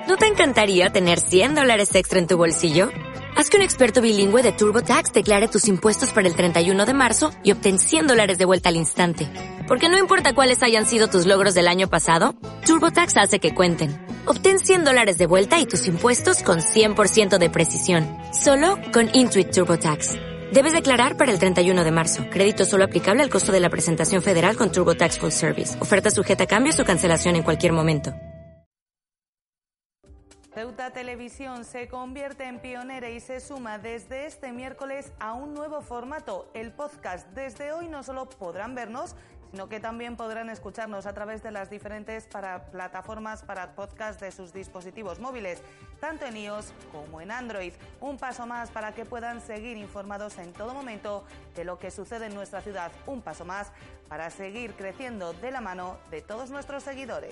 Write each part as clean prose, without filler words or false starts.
¿No te encantaría tener $100 extra en tu bolsillo? Haz que un experto bilingüe de TurboTax declare tus impuestos para el 31 de marzo y obtén $100 de vuelta al instante. Porque no importa cuáles hayan sido tus logros del año pasado, TurboTax hace que cuenten. Obtén $100 de vuelta y tus impuestos con 100% de precisión. Solo con Intuit TurboTax. Debes declarar para el 31 de marzo. Crédito solo aplicable al costo de la presentación federal con TurboTax Full Service. Oferta sujeta a cambios o cancelación en cualquier momento. Ceuta Televisión se convierte en pionera y se suma desde este miércoles a un nuevo formato, el podcast. Desde hoy no solo podrán vernos, sino que también podrán escucharnos a través de las diferentes plataformas para podcast de sus dispositivos móviles, tanto en iOS como en Android. Un paso más para que puedan seguir informados en todo momento de lo que sucede en nuestra ciudad. Un paso más para seguir creciendo de la mano de todos nuestros seguidores.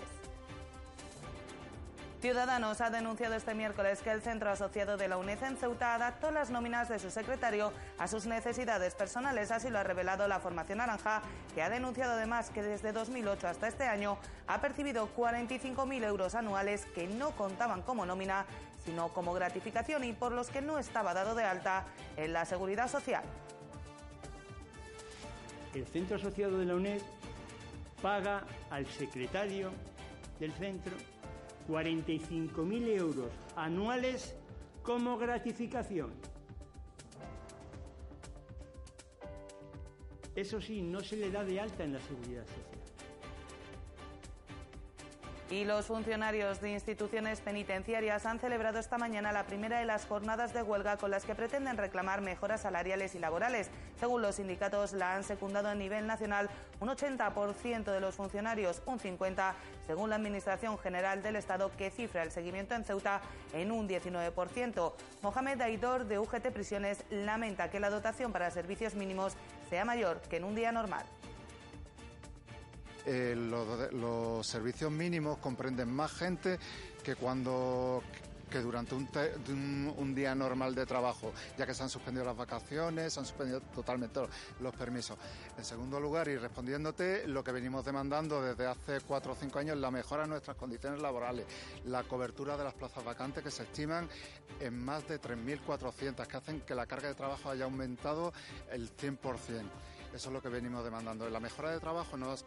Ciudadanos ha denunciado este miércoles que el centro asociado de la UNED en Ceuta adaptó las nóminas de su secretario a sus necesidades personales. Así lo ha revelado la Formación Naranja, que ha denunciado además que desde 2008 hasta este año ha percibido 45.000 euros anuales que no contaban como nómina, sino como gratificación y por los que no estaba dado de alta en la Seguridad Social. El centro asociado de la UNED paga al secretario del centro 45.000 euros anuales como gratificación. Eso sí, no se le da de alta en la Seguridad Social. Y los funcionarios de instituciones penitenciarias han celebrado esta mañana la primera de las jornadas de huelga con las que pretenden reclamar mejoras salariales y laborales. Según los sindicatos, la han secundado a nivel nacional un 80% de los funcionarios, un 50% según la Administración General del Estado, que cifra el seguimiento en Ceuta en un 19%. Mohamed Aidor, de UGT Prisiones, lamenta que la dotación para servicios mínimos sea mayor que en un día normal. Los servicios mínimos comprenden más gente que durante un día normal de trabajo, ya que se han suspendido las vacaciones, se han suspendido totalmente los permisos. En segundo lugar, y respondiéndote, lo que venimos demandando desde hace 4 o 5 años, la mejora de nuestras condiciones laborales, la cobertura de las plazas vacantes, que se estiman en más de 3.400, que hacen que la carga de trabajo haya aumentado el 100%. Eso es lo que venimos demandando. La mejora de trabajo no es...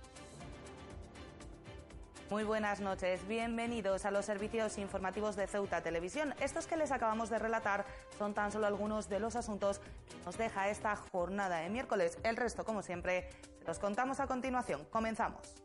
Muy buenas noches, bienvenidos a los servicios informativos de Ceuta Televisión. Estos que les acabamos de relatar son tan solo algunos de los asuntos que nos deja esta jornada de miércoles. El resto, como siempre, se los contamos a continuación. Comenzamos.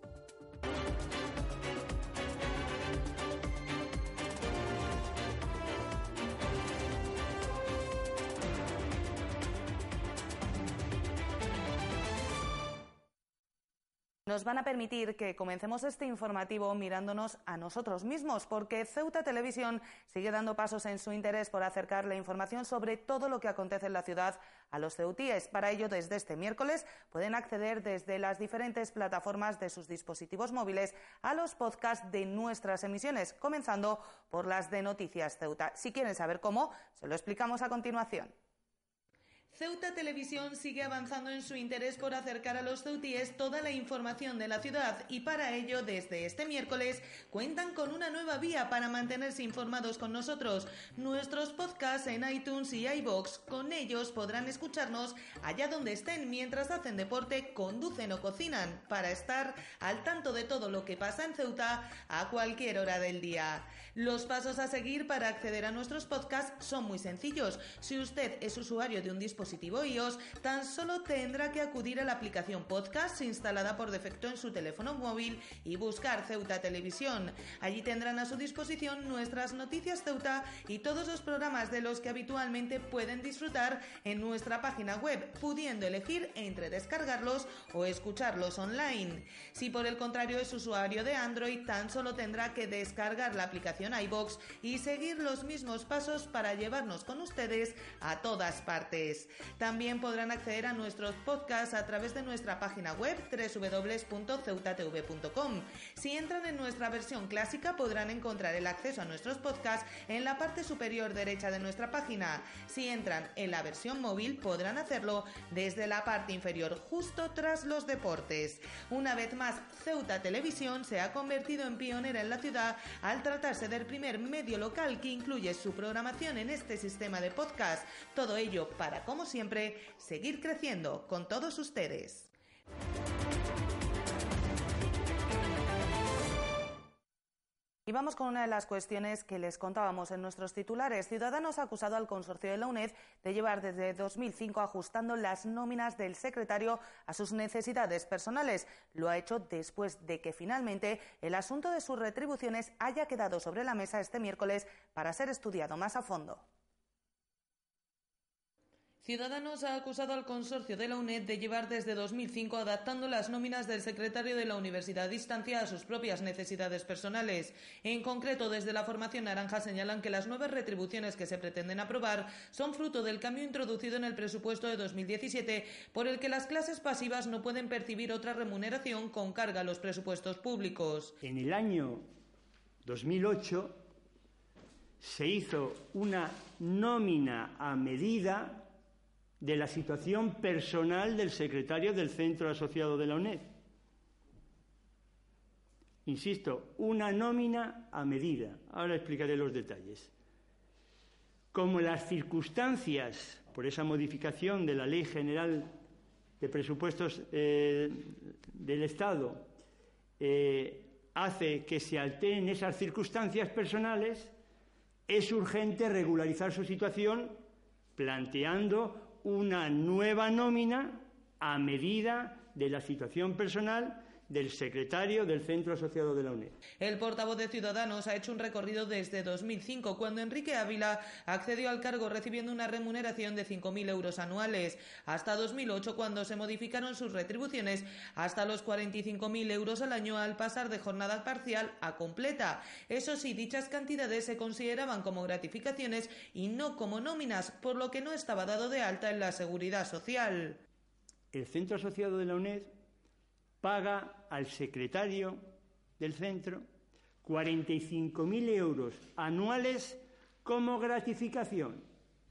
Nos van a permitir que comencemos este informativo mirándonos a nosotros mismos, porque Ceuta Televisión sigue dando pasos en su interés por acercar la información sobre todo lo que acontece en la ciudad a los ceutíes. Para ello, desde este miércoles pueden acceder desde las diferentes plataformas de sus dispositivos móviles a los podcasts de nuestras emisiones, comenzando por las de Noticias Ceuta. Si quieren saber cómo, se lo explicamos a continuación. Ceuta Televisión sigue avanzando en su interés por acercar a los ceutíes toda la información de la ciudad y para ello, desde este miércoles, cuentan con una nueva vía para mantenerse informados con nosotros. Nuestros podcasts en iTunes y iVoox. Con ellos podrán escucharnos allá donde estén mientras hacen deporte, conducen o cocinan, para estar al tanto de todo lo que pasa en Ceuta a cualquier hora del día. Los pasos a seguir para acceder a nuestros podcasts son muy sencillos. Si usted es usuario de un dispositivo iOS, tan solo tendrá que acudir a la aplicación Podcast instalada por defecto en su teléfono móvil y buscar Ceuta Televisión. Allí tendrán a su disposición nuestras Noticias Ceuta y todos los programas de los que habitualmente pueden disfrutar en nuestra página web, pudiendo elegir entre descargarlos o escucharlos online. Si por el contrario es usuario de Android, tan solo tendrá que descargar la aplicación iVoox y seguir los mismos pasos para llevarnos con ustedes a todas partes. deportes. También podrán acceder a nuestros podcasts a través de nuestra página web www.ceutatv.com. Si entran en nuestra versión clásica podrán encontrar el acceso a nuestros podcasts en la parte superior derecha de nuestra página. Si entran en la versión móvil podrán hacerlo desde la parte inferior justo tras los deportes. Una vez más, Ceuta Televisión se ha convertido en pionera en la ciudad al tratarse del primer medio local que incluye su programación en este sistema de podcast. Todo ello para, como siempre, seguir creciendo con todos ustedes. Y vamos con una de las cuestiones que les contábamos en nuestros titulares. Ciudadanos ha acusado al consorcio de la UNED de llevar desde 2005 ajustando las nóminas del secretario a sus necesidades personales. Lo ha hecho después de que finalmente el asunto de sus retribuciones haya quedado sobre la mesa este miércoles para ser estudiado más a fondo. Ciudadanos ha acusado al consorcio de la UNED de llevar desde 2005 adaptando las nóminas del secretario de la Universidad a distancia a sus propias necesidades personales. En concreto, desde la Formación Naranja señalan que las nuevas retribuciones que se pretenden aprobar son fruto del cambio introducido en el presupuesto de 2017, por el que las clases pasivas no pueden percibir otra remuneración con carga a los presupuestos públicos. En el año 2008 se hizo una nómina a medida de la situación personal del secretario del centro asociado de la UNED. Insisto, una nómina a medida. Ahora explicaré los detalles. Como las circunstancias, por esa modificación de la Ley General de Presupuestos del Estado, hace que se alteren esas circunstancias personales, es urgente regularizar su situación planteando una nueva nómina a medida de la situación personal del secretario del centro asociado de la UNED. El portavoz de Ciudadanos ha hecho un recorrido desde 2005, cuando Enrique Ávila accedió al cargo recibiendo una remuneración de 5.000 euros anuales, hasta 2008, cuando se modificaron sus retribuciones hasta los 45.000 euros al año al pasar de jornada parcial a completa. Eso sí, dichas cantidades se consideraban como gratificaciones y no como nóminas, por lo que no estaba dado de alta en la Seguridad Social. El centro asociado de la UNED paga al secretario del centro 45.000 euros anuales como gratificación.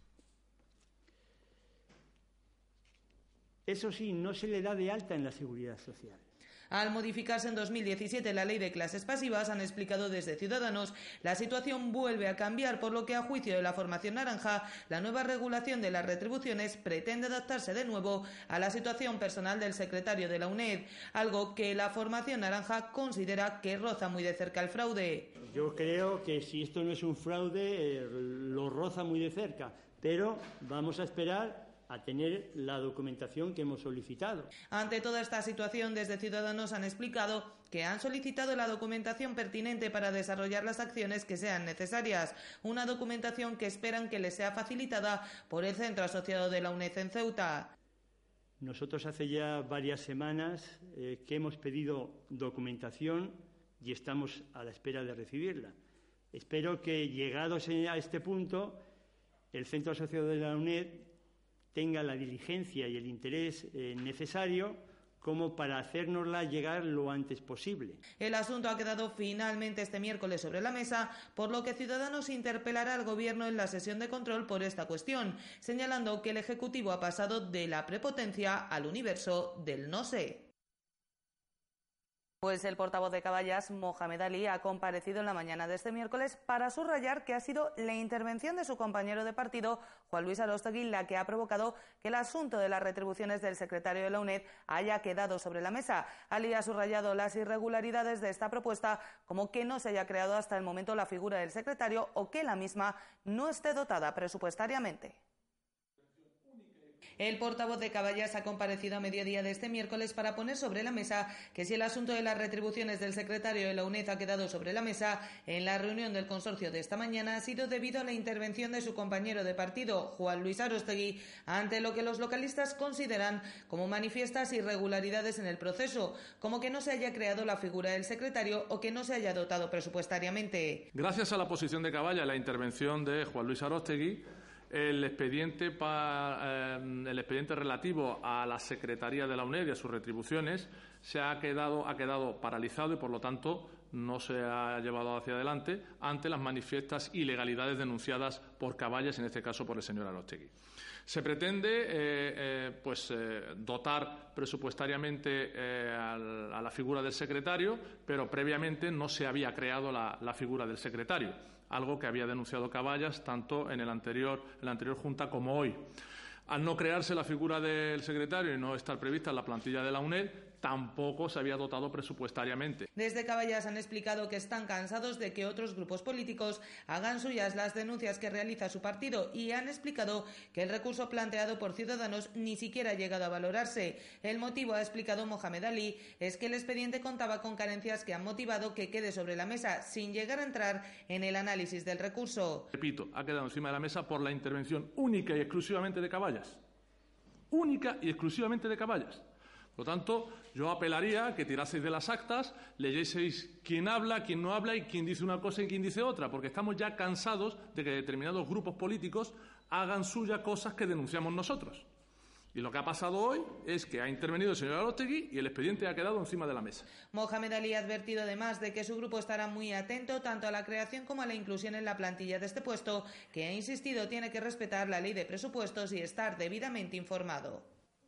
Eso sí, no se le da de alta en la Seguridad Social. Al modificarse en 2017 la ley de clases pasivas, han explicado desde Ciudadanos, la situación vuelve a cambiar, por lo que a juicio de la Formación Naranja, la nueva regulación de las retribuciones pretende adaptarse de nuevo a la situación personal del secretario de la UNED, algo que la Formación Naranja considera que roza muy de cerca el fraude. Yo creo que si esto no es un fraude, lo roza muy de cerca, pero vamos a esperar a tener la documentación que hemos solicitado. Ante toda esta situación, desde Ciudadanos han explicado que han solicitado la documentación pertinente para desarrollar las acciones que sean necesarias, una documentación que esperan que les sea facilitada por el centro asociado de la UNED en Ceuta. Nosotros hace ya varias semanas que hemos pedido documentación y estamos a la espera de recibirla. Espero que, llegados a este punto, el centro asociado de la UNED tenga la diligencia y el interés necesario como para hacérnosla llegar lo antes posible. El asunto ha quedado finalmente este miércoles sobre la mesa, por lo que Ciudadanos interpelará al Gobierno en la sesión de control por esta cuestión, señalando que el Ejecutivo ha pasado de la prepotencia al universo del no sé. Pues el portavoz de Caballas, Mohamed Ali, ha comparecido en la mañana de este miércoles para subrayar que ha sido la intervención de su compañero de partido, Juan Luis Aróstegui, la que ha provocado que el asunto de las retribuciones del secretario de la UNED haya quedado sobre la mesa. Ali ha subrayado las irregularidades de esta propuesta, como que no se haya creado hasta el momento la figura del secretario o que la misma no esté dotada presupuestariamente. El portavoz de Caballas ha comparecido a mediodía de este miércoles para poner sobre la mesa que si el asunto de las retribuciones del secretario de la UNED ha quedado sobre la mesa en la reunión del consorcio de esta mañana ha sido debido a la intervención de su compañero de partido, Juan Luis Aróstegui, ante lo que los localistas consideran como manifiestas irregularidades en el proceso, como que no se haya creado la figura del secretario o que no se haya dotado presupuestariamente. Gracias a la posición de Caballas, la intervención de Juan Luis Aróstegui, el expediente relativo a la Secretaría de la UNED y a sus retribuciones ha quedado paralizado y, por lo tanto, no se ha llevado hacia adelante ante las manifiestas ilegalidades denunciadas por Caballas, en este caso por el señor Aróstegui. Se pretende dotar presupuestariamente a la figura del secretario, pero previamente no se había creado la figura del secretario, algo que había denunciado Caballas tanto en la anterior Junta como hoy. Al no crearse la figura del secretario y no estar prevista en la plantilla de la UNED, tampoco se había dotado presupuestariamente. Desde Caballas han explicado que están cansados de que otros grupos políticos hagan suyas las denuncias que realiza su partido y han explicado que el recurso planteado por Ciudadanos ni siquiera ha llegado a valorarse. El motivo, ha explicado Mohamed Ali, es que el expediente contaba con carencias que han motivado que quede sobre la mesa sin llegar a entrar en el análisis del recurso. Repito, ha quedado encima de la mesa por la intervención única y exclusivamente de Caballas. Única y exclusivamente de Caballas. Por lo tanto, yo apelaría a que tiraseis de las actas, leyeseis quién habla, quién no habla y quién dice una cosa y quién dice otra, porque estamos ya cansados de que determinados grupos políticos hagan suya cosas que denunciamos nosotros. Y lo que ha pasado hoy es que ha intervenido el señor Aróstegui y el expediente ha quedado encima de la mesa. Mohamed Ali ha advertido además de que su grupo estará muy atento tanto a la creación como a la inclusión en la plantilla de este puesto, que ha insistido tiene que respetar la ley de presupuestos y estar debidamente informado.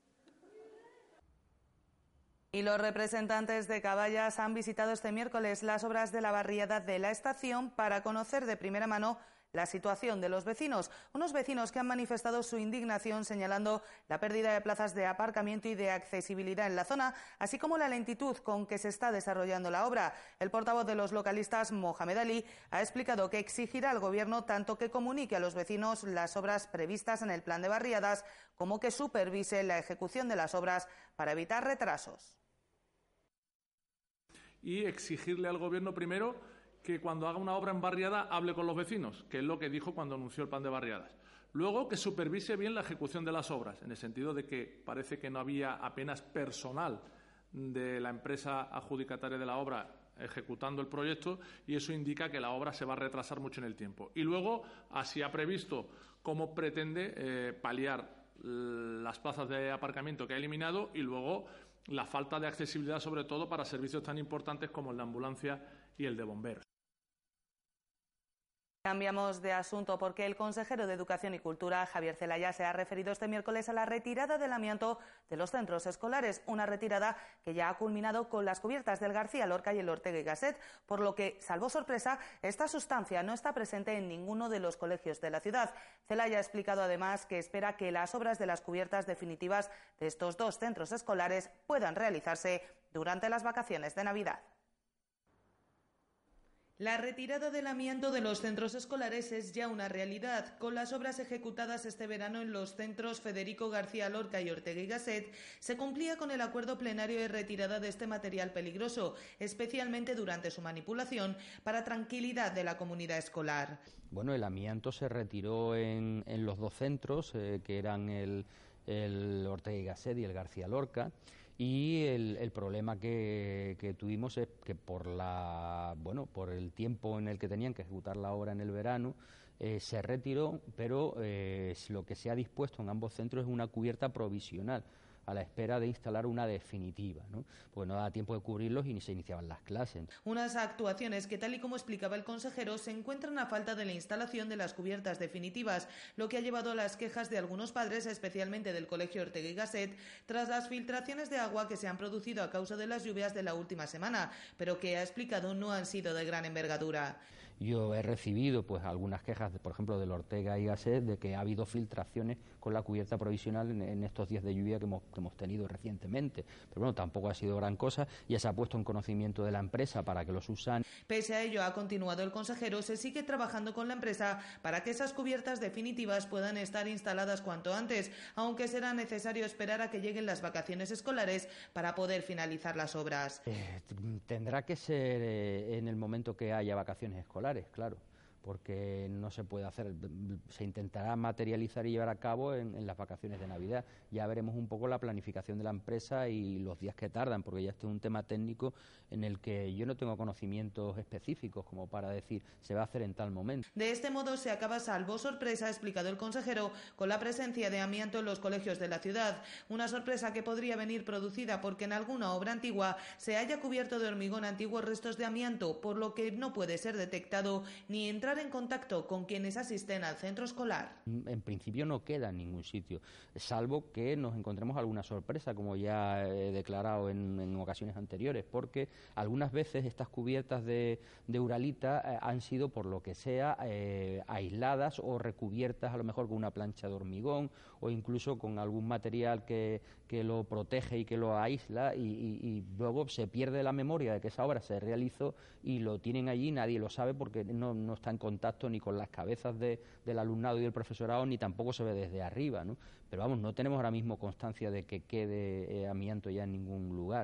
Y los representantes de Caballas han visitado este miércoles las obras de la barriada de la estación para conocer de primera mano la situación de los vecinos. Unos vecinos que han manifestado su indignación señalando la pérdida de plazas de aparcamiento y de accesibilidad en la zona, así como la lentitud con que se está desarrollando la obra. El portavoz de los localistas, Mohamed Ali, ha explicado que exigirá al Gobierno tanto que comunique a los vecinos las obras previstas en el plan de barriadas como que supervise la ejecución de las obras para evitar retrasos. Y exigirle al Gobierno primero que cuando haga una obra en barriada hable con los vecinos, que es lo que dijo cuando anunció el plan de barriadas. Luego, que supervise bien la ejecución de las obras, en el sentido de que parece que no había apenas personal de la empresa adjudicataria de la obra ejecutando el proyecto y eso indica que la obra se va a retrasar mucho en el tiempo. Y luego, así ha previsto cómo pretende paliar las plazas de aparcamiento que ha eliminado y luego la falta de accesibilidad, sobre todo para servicios tan importantes como el de ambulancia y el de bomberos. Cambiamos de asunto porque el consejero de Educación y Cultura, Javier Zelaya, se ha referido este miércoles a la retirada del amianto de los centros escolares, una retirada que ya ha culminado con las cubiertas del García Lorca y el Ortega y Gasset, por lo que, salvo sorpresa, esta sustancia no está presente en ninguno de los colegios de la ciudad. Zelaya ha explicado además que espera que las obras de las cubiertas definitivas de estos dos centros escolares puedan realizarse durante las vacaciones de Navidad. La retirada del amianto de los centros escolares es ya una realidad. Con las obras ejecutadas este verano en los centros Federico García Lorca y Ortega y Gasset, se cumplía con el acuerdo plenario de retirada de este material peligroso, especialmente durante su manipulación, para tranquilidad de la comunidad escolar. Bueno, el amianto se retiró en los dos centros, que eran el Ortega y Gasset y el García Lorca. Y el problema que tuvimos es que por el tiempo en el que tenían que ejecutar la obra en el verano, se retiró, pero lo que se ha dispuesto en ambos centros es una cubierta provisional, a la espera de instalar una definitiva, ¿no? Porque no daba tiempo de cubrirlos y ni se iniciaban las clases. Unas actuaciones que, tal y como explicaba el consejero, se encuentran a falta de la instalación de las cubiertas definitivas, lo que ha llevado a las quejas de algunos padres, especialmente del Colegio Ortega y Gasset, tras las filtraciones de agua que se han producido a causa de las lluvias de la última semana, pero que, ha explicado, no han sido de gran envergadura. Yo he recibido algunas quejas, por ejemplo, del Ortega y Gasset, de que ha habido filtraciones con la cubierta provisional en estos días de lluvia que hemos tenido recientemente. Pero bueno, tampoco ha sido gran cosa, ya se ha puesto en conocimiento de la empresa para que los usan. Pese a ello, ha continuado el consejero, se sigue trabajando con la empresa para que esas cubiertas definitivas puedan estar instaladas cuanto antes, aunque será necesario esperar a que lleguen las vacaciones escolares para poder finalizar las obras. Tendrá que ser en el momento que haya vacaciones escolares, claro, porque no se puede hacer, se intentará materializar y llevar a cabo en las vacaciones de Navidad. Ya veremos un poco la planificación de la empresa y los días que tardan, porque ya este es un tema técnico en el que yo no tengo conocimientos específicos como para decir se va a hacer en tal momento. De este modo se acaba salvo sorpresa, ha explicado el consejero, con la presencia de amianto en los colegios de la ciudad. Una sorpresa que podría venir producida porque en alguna obra antigua se haya cubierto de hormigón antiguos restos de amianto, por lo que no puede ser detectado ni entrar en contacto con quienes asisten al centro escolar. En principio no queda en ningún sitio, salvo que nos encontremos alguna sorpresa, como ya he declarado en ocasiones anteriores, porque algunas veces estas cubiertas de uralita han sido, por lo que sea, aisladas o recubiertas a lo mejor con una plancha de hormigón o incluso con algún material que lo protege y que lo aísla, y luego se pierde la memoria de que esa obra se realizó y lo tienen allí, nadie lo sabe porque no está en contacto ni con las cabezas del alumnado y del profesorado, ni tampoco se ve desde arriba, ¿no? Pero vamos, no tenemos ahora mismo constancia de que quede amianto ya en ningún lugar.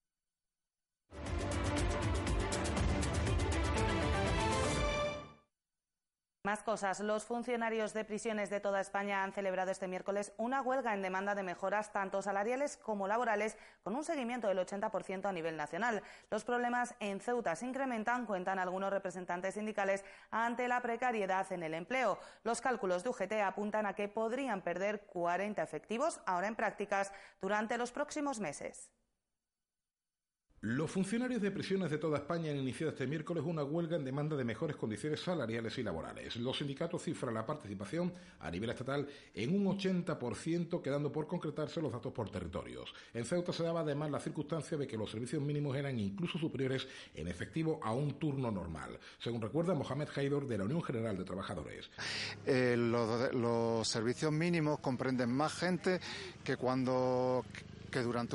Más cosas. Los funcionarios de prisiones de toda España han celebrado este miércoles una huelga en demanda de mejoras tanto salariales como laborales, con un seguimiento del 80% a nivel nacional. Los problemas en Ceuta se incrementan, cuentan algunos representantes sindicales, ante la precariedad en el empleo. Los cálculos de UGT apuntan a que podrían perder 40 efectivos, ahora en prácticas, durante los próximos meses. Los funcionarios de prisiones de toda España han iniciado este miércoles una huelga en demanda de mejores condiciones salariales y laborales. Los sindicatos cifran la participación a nivel estatal en un 80%, quedando por concretarse los datos por territorios. En Ceuta se daba además la circunstancia de que los servicios mínimos eran incluso superiores en efectivo a un turno normal, según recuerda Mohamed Haidor de la Unión General de Trabajadores. Los servicios mínimos comprenden más gente que durante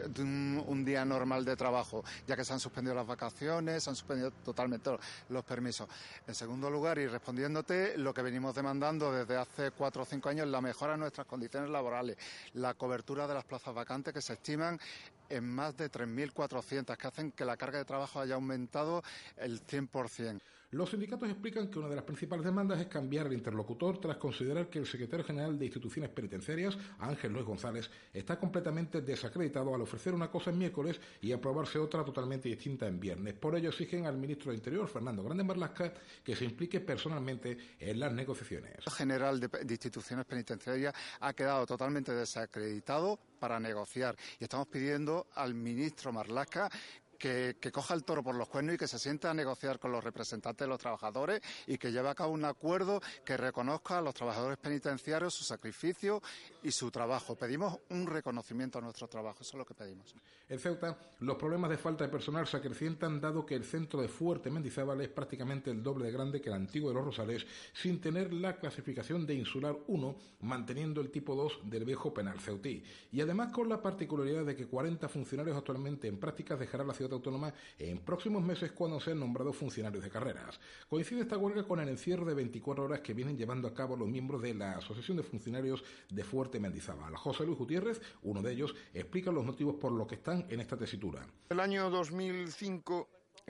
un día normal de trabajo, ya que se han suspendido las vacaciones, se han suspendido totalmente los permisos. En segundo lugar, y respondiéndote, lo que venimos demandando desde hace 4 o 5 años es la mejora de nuestras condiciones laborales, la cobertura de las plazas vacantes, que se estiman en más de 3.400, que hacen que la carga de trabajo haya aumentado el 100%. Los sindicatos explican que una de las principales demandas es cambiar el interlocutor tras considerar que el secretario general de Instituciones Penitenciarias, Ángel Luis González, está completamente desacreditado al ofrecer una cosa en miércoles y aprobarse otra totalmente distinta en viernes. Por ello exigen al ministro de Interior, Fernando Grande Marlaska, que se implique personalmente en las negociaciones. El general de Instituciones Penitenciarias ha quedado totalmente desacreditado para negociar y estamos pidiendo al ministro Marlaska que coja el toro por los cuernos y que se sienta a negociar con los representantes de los trabajadores y que lleve a cabo un acuerdo que reconozca a los trabajadores penitenciarios su sacrificio y su trabajo. Pedimos un reconocimiento a nuestro trabajo, eso es lo que pedimos. En Ceuta, los problemas de falta de personal se acrecientan dado que el centro de Fuerte Mendizábal es prácticamente el doble de grande que el antiguo de Los Rosales, sin tener la clasificación de Insular 1, manteniendo el tipo 2 del viejo penal ceutí. Y además con la particularidad de que 40 funcionarios actualmente en prácticas dejarán la ciudad autónoma en próximos meses cuando sean nombrados funcionarios de carreras. Coincide esta huelga con el encierro de 24 horas que vienen llevando a cabo los miembros de la Asociación de Funcionarios de Fuerte Mendizábal. José Luis Gutiérrez, uno de ellos, explica los motivos por los que están en esta tesitura. En el año 2005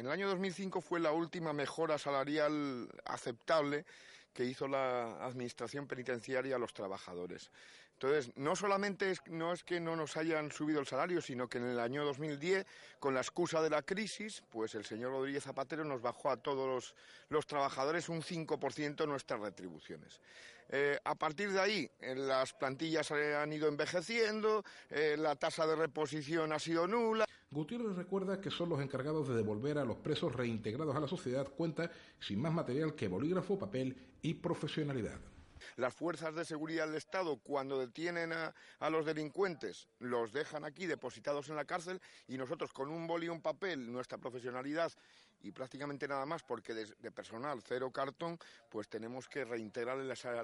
fue la última mejora salarial aceptable que hizo la Administración Penitenciaria a los trabajadores. Entonces, no solamente no es que no nos hayan subido el salario, sino que en el año 2010, con la excusa de la crisis, pues el señor Rodríguez Zapatero nos bajó a todos los trabajadores un 5% nuestras retribuciones. A partir de ahí, las plantillas han ido envejeciendo, la tasa de reposición ha sido nula. Gutiérrez recuerda que son los encargados de devolver a los presos reintegrados a la sociedad cuenta sin más material que bolígrafo, papel y profesionalidad. Las fuerzas de seguridad del Estado, cuando detienen a los delincuentes, los dejan aquí depositados en la cárcel y nosotros con un boli y un papel, nuestra profesionalidad y prácticamente nada más, porque de personal cero cartón, pues tenemos que reintegrarles a...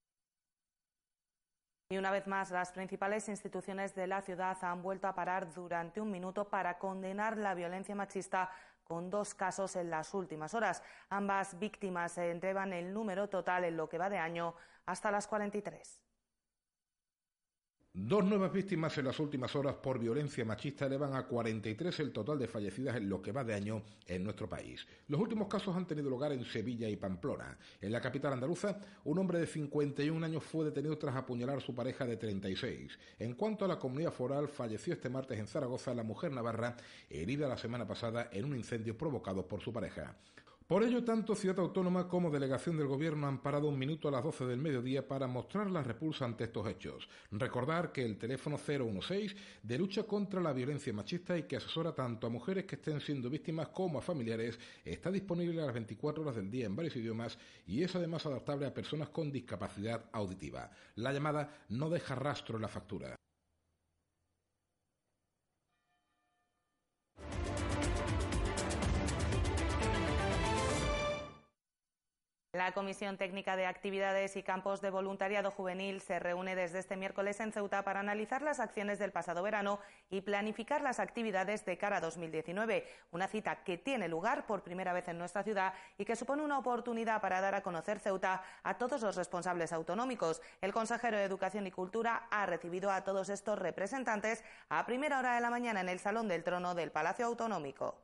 Y una vez más, las principales instituciones de la ciudad han vuelto a parar durante un minuto para condenar la violencia machista, con 2 casos en las últimas horas. Ambas víctimas elevan el número total en lo que va de año hasta las 43. 2 nuevas víctimas en las últimas horas por violencia machista elevan a 43 el total de fallecidas en lo que va de año en nuestro país. Los últimos casos han tenido lugar en Sevilla y Pamplona. En la capital andaluza, un hombre de 51 años fue detenido tras apuñalar a su pareja de 36. En cuanto a la comunidad foral, falleció este martes en Zaragoza la mujer navarra, herida la semana pasada en un incendio provocado por su pareja. Por ello, tanto Ciudad Autónoma como Delegación del Gobierno han parado un minuto a las 12 del mediodía para mostrar la repulsa ante estos hechos. Recordar que el teléfono 016 de lucha contra la violencia machista y que asesora tanto a mujeres que estén siendo víctimas como a familiares está disponible a las 24 horas del día en varios idiomas y es además adaptable a personas con discapacidad auditiva. La llamada no deja rastro en la factura. La Comisión Técnica de Actividades y Campos de Voluntariado Juvenil se reúne desde este miércoles en Ceuta para analizar las acciones del pasado verano y planificar las actividades de cara a 2019. Una cita que tiene lugar por primera vez en nuestra ciudad y que supone una oportunidad para dar a conocer Ceuta a todos los responsables autonómicos. El consejero de Educación y Cultura ha recibido a todos estos representantes a primera hora de la mañana en el Salón del Trono del Palacio Autonómico.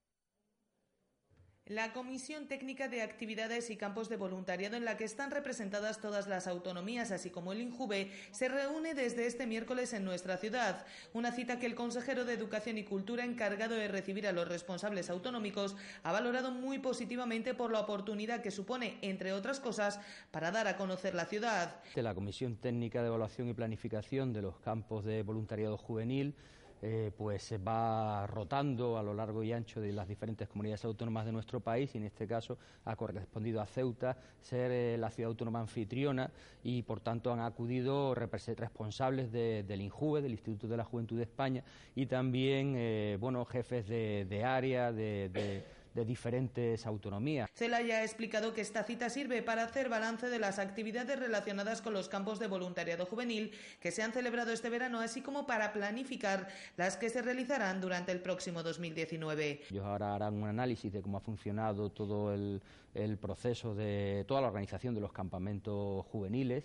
La Comisión Técnica de Actividades y Campos de Voluntariado, en la que están representadas todas las autonomías, así como el INJUVE, se reúne desde este miércoles en nuestra ciudad. Una cita que el consejero de Educación y Cultura, encargado de recibir a los responsables autonómicos, ha valorado muy positivamente por la oportunidad que supone, entre otras cosas, para dar a conocer la ciudad. La Comisión Técnica de Evaluación y Planificación de los Campos de Voluntariado Juvenil pues se va rotando a lo largo y ancho de las diferentes comunidades autónomas de nuestro país y en este caso ha correspondido a Ceuta ser la ciudad autónoma anfitriona y por tanto han acudido responsables del INJUVE, del Instituto de la Juventud de España y también jefes de área, de diferentes autonomías. Celaya ha explicado que esta cita sirve para hacer balance de las actividades relacionadas con los campos de voluntariado juvenil que se han celebrado este verano, así como para planificar las que se realizarán durante el próximo 2019. Ellos ahora harán un análisis de cómo ha funcionado todo el proceso de toda la organización de los campamentos juveniles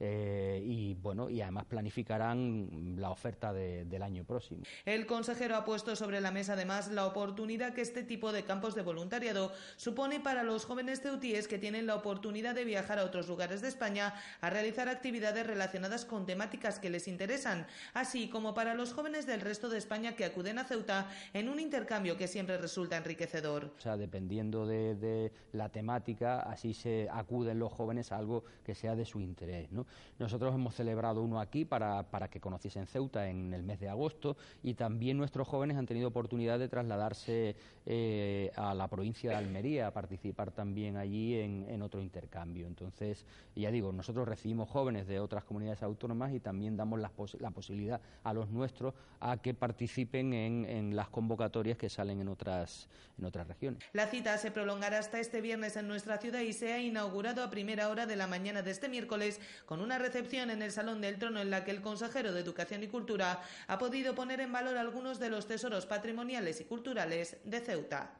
y además planificarán la oferta del año próximo. El consejero ha puesto sobre la mesa además la oportunidad que este tipo de campos de voluntariado supone para los jóvenes ceutíes que tienen la oportunidad de viajar a otros lugares de España a realizar actividades relacionadas con temáticas que les interesan, así como para los jóvenes del resto de España que acuden a Ceuta en un intercambio que siempre resulta enriquecedor. O sea, dependiendo de la temática, así se acuden los jóvenes a algo que sea de su interés, ¿no? Nosotros hemos celebrado uno aquí para que conociesen Ceuta en el mes de agosto y también nuestros jóvenes han tenido oportunidad de trasladarse a la provincia de Almería a participar también allí en otro intercambio. Entonces, ya digo, nosotros recibimos jóvenes de otras comunidades autónomas y también damos la posibilidad a los nuestros a que participen en las convocatorias que salen en otras regiones. La cita se prolongará hasta este viernes en nuestra ciudad y se ha inaugurado a primera hora de la mañana de este miércoles con una recepción en el Salón del Trono en la que el consejero de Educación y Cultura ha podido poner en valor algunos de los tesoros patrimoniales y culturales de Ceuta.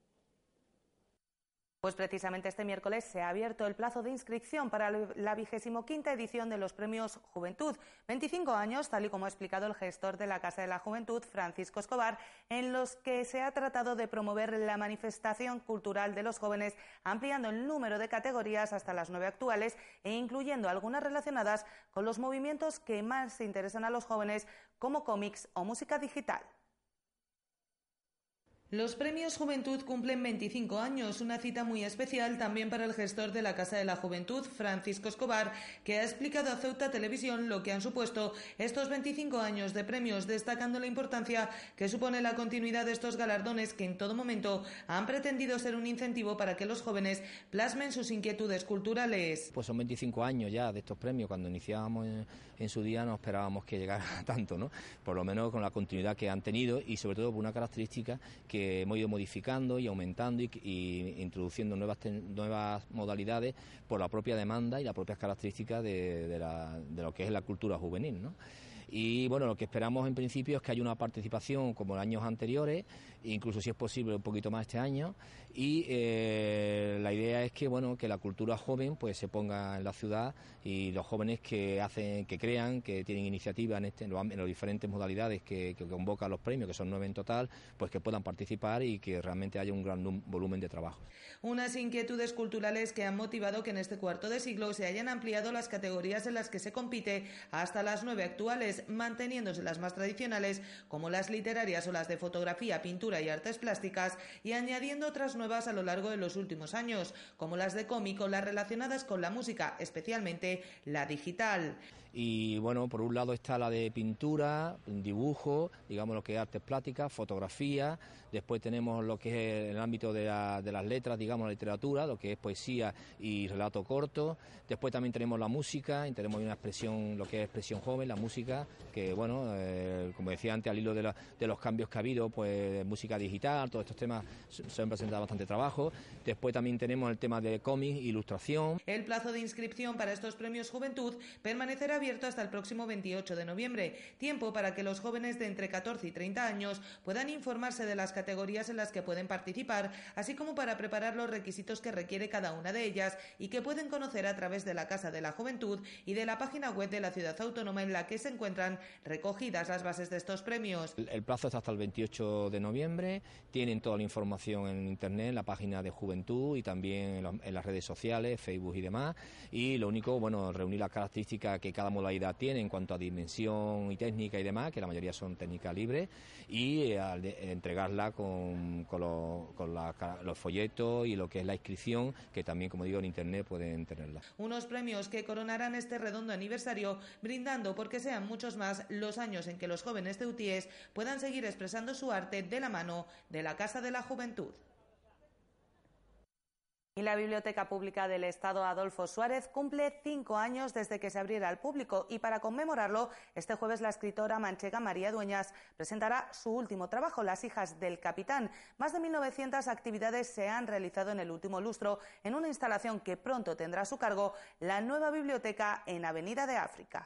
Pues precisamente este miércoles se ha abierto el plazo de inscripción para la 25ª edición de los Premios Juventud. 25 años, tal y como ha explicado el gestor de la Casa de la Juventud, Francisco Escobar, en los que se ha tratado de promover la manifestación cultural de los jóvenes, ampliando el número de categorías hasta las 9 actuales e incluyendo algunas relacionadas con los movimientos que más interesan a los jóvenes, como cómics o música digital. Los Premios Juventud cumplen 25 años, una cita muy especial también para el gestor de la Casa de la Juventud, Francisco Escobar, que ha explicado a Ceuta Televisión lo que han supuesto estos 25 años de premios, destacando la importancia que supone la continuidad de estos galardones que en todo momento han pretendido ser un incentivo para que los jóvenes plasmen sus inquietudes culturales. Pues son 25 años ya de estos premios. Cuando iniciábamos en su día no esperábamos que llegara tanto, ¿no? Por lo menos con la continuidad que han tenido y sobre todo por una característica que hemos ido modificando y aumentando y introduciendo nuevas modalidades por la propia demanda y las propias características de lo que es la cultura juvenil, ¿no? Y bueno, lo que esperamos en principio es que haya una participación como en años anteriores, incluso si es posible un poquito más este año, y la idea es que bueno, que la cultura joven pues se ponga en la ciudad, y los jóvenes que crean, que tienen iniciativa en las diferentes modalidades que convocan los premios, que son 9 en total, pues que puedan participar y que realmente haya un gran volumen de trabajo. Unas inquietudes culturales que han motivado que en este cuarto de siglo se hayan ampliado las categorías en las que se compite hasta las 9 actuales, manteniéndose las más tradicionales como las literarias o las de fotografía, pintura y artes plásticas, y añadiendo otras nuevas a lo largo de los últimos años, como las de cómic o las relacionadas con la música, especialmente la digital. Y bueno, por un lado está la de pintura, dibujo, digamos lo que es artes plásticas, fotografía. Después tenemos lo que es el ámbito de las letras, digamos la literatura, lo que es poesía y relato corto. Después también tenemos la música, y tenemos una expresión, lo que es expresión joven, la música, que bueno, como decía antes, al hilo de los cambios que ha habido, pues música digital, todos estos temas se han presentado bastante trabajo. Después también tenemos el tema de cómic, ilustración. El plazo de inscripción para estos premios Juventud permanecerá abierto hasta el próximo 28 de noviembre, tiempo para que los jóvenes de entre 14 y 30 años puedan informarse de las categorías en las que pueden participar, así como para preparar los requisitos que requiere cada una de ellas y que pueden conocer a través de la Casa de la Juventud y de la página web de la Ciudad Autónoma, en la que se encuentran recogidas las bases de estos premios. El plazo está hasta el 28 de noviembre, tienen toda la información en internet, en la página de Juventud y también en las redes sociales, Facebook y demás, y lo único, bueno, reunir las características que cada modalidad tiene en cuanto a dimensión y técnica y demás, que la mayoría son técnicas libres, y entregarla con los folletos y lo que es la inscripción, que también, como digo, en internet pueden tenerla. Unos premios que coronarán este redondo aniversario, brindando porque sean muchos más los años en que los jóvenes ceutíes puedan seguir expresando su arte de la mano de la Casa de la Juventud. Y la Biblioteca Pública del Estado Adolfo Suárez cumple 5 años desde que se abriera al público, y para conmemorarlo, este jueves la escritora manchega María Dueñas presentará su último trabajo, Las hijas del capitán. Más de 1900 actividades se han realizado en el último lustro en una instalación que pronto tendrá a su cargo la nueva biblioteca en Avenida de África.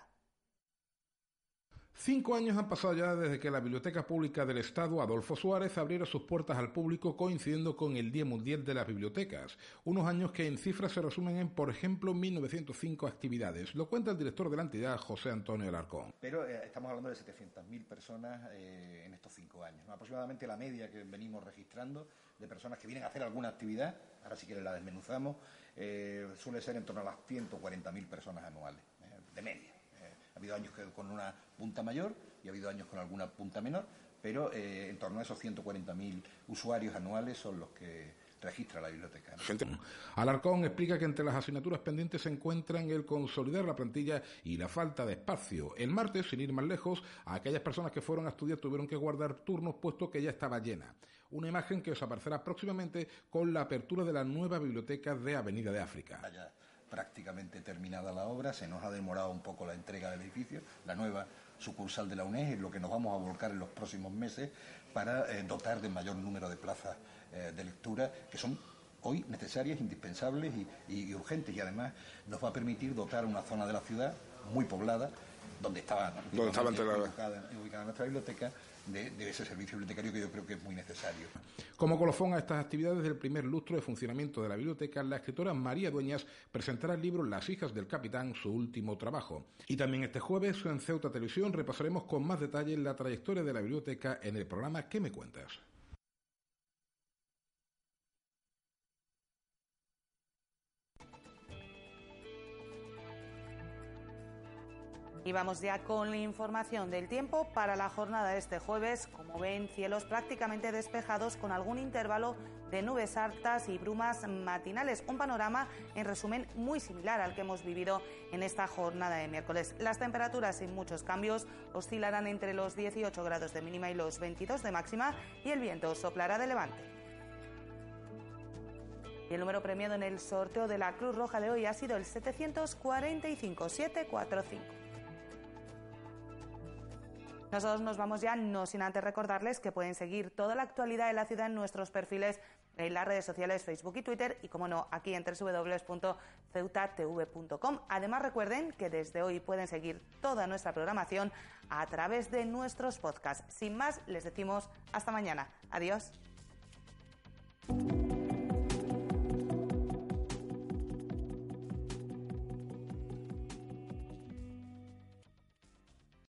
5 años han pasado ya desde que la Biblioteca Pública del Estado Adolfo Suárez abriera sus puertas al público, coincidiendo con el Día Mundial de las Bibliotecas. Unos años que en cifras se resumen en, por ejemplo, 1.905 actividades. Lo cuenta el director de la entidad, José Antonio Alarcón. Pero estamos hablando de 700.000 personas en estos 5 años, ¿no? Aproximadamente la media que venimos registrando de personas que vienen a hacer alguna actividad, ahora si quieren la desmenuzamos, suele ser en torno a las 140.000 personas anuales, de media. Ha habido años con una punta mayor y ha habido años con alguna punta menor, pero en torno a esos 140.000 usuarios anuales son los que registra la biblioteca, ¿no? Alarcón explica que entre las asignaturas pendientes se encuentran el consolidar la plantilla y la falta de espacio. El martes, sin ir más lejos, a aquellas personas que fueron a estudiar tuvieron que guardar turnos puesto que ya estaba llena. Una imagen que os aparecerá próximamente con la apertura de la nueva biblioteca de Avenida de África. Prácticamente terminada la obra, se nos ha demorado un poco la entrega del edificio, la nueva sucursal de la UNED es lo que nos vamos a volcar en los próximos meses para dotar de mayor número de plazas de lectura, que son hoy necesarias, indispensables y urgentes, y además nos va a permitir dotar una zona de la ciudad muy poblada, donde estaba ubicada nuestra biblioteca, de ese servicio bibliotecario que yo creo que es muy necesario. Como colofón a estas actividades del primer lustro de funcionamiento de la biblioteca, la escritora María Dueñas presentará el libro Las hijas del capitán, su último trabajo. Y también este jueves en Ceuta Televisión repasaremos con más detalle la trayectoria de la biblioteca en el programa ¿Qué me cuentas? Y vamos ya con la información del tiempo para la jornada de este jueves. Como ven, cielos prácticamente despejados con algún intervalo de nubes altas y brumas matinales. Un panorama, en resumen, muy similar al que hemos vivido en esta jornada de miércoles. Las temperaturas, sin muchos cambios, oscilarán entre los 18 grados de mínima y los 22 de máxima, y el viento soplará de levante. Y el número premiado en el sorteo de la Cruz Roja de hoy ha sido el 745-745. Nosotros nos vamos ya, no sin antes recordarles que pueden seguir toda la actualidad de la ciudad en nuestros perfiles en las redes sociales Facebook y Twitter y, como no, aquí en www.ceutatv.com. Además, recuerden que desde hoy pueden seguir toda nuestra programación a través de nuestros podcasts. Sin más, les decimos hasta mañana. Adiós.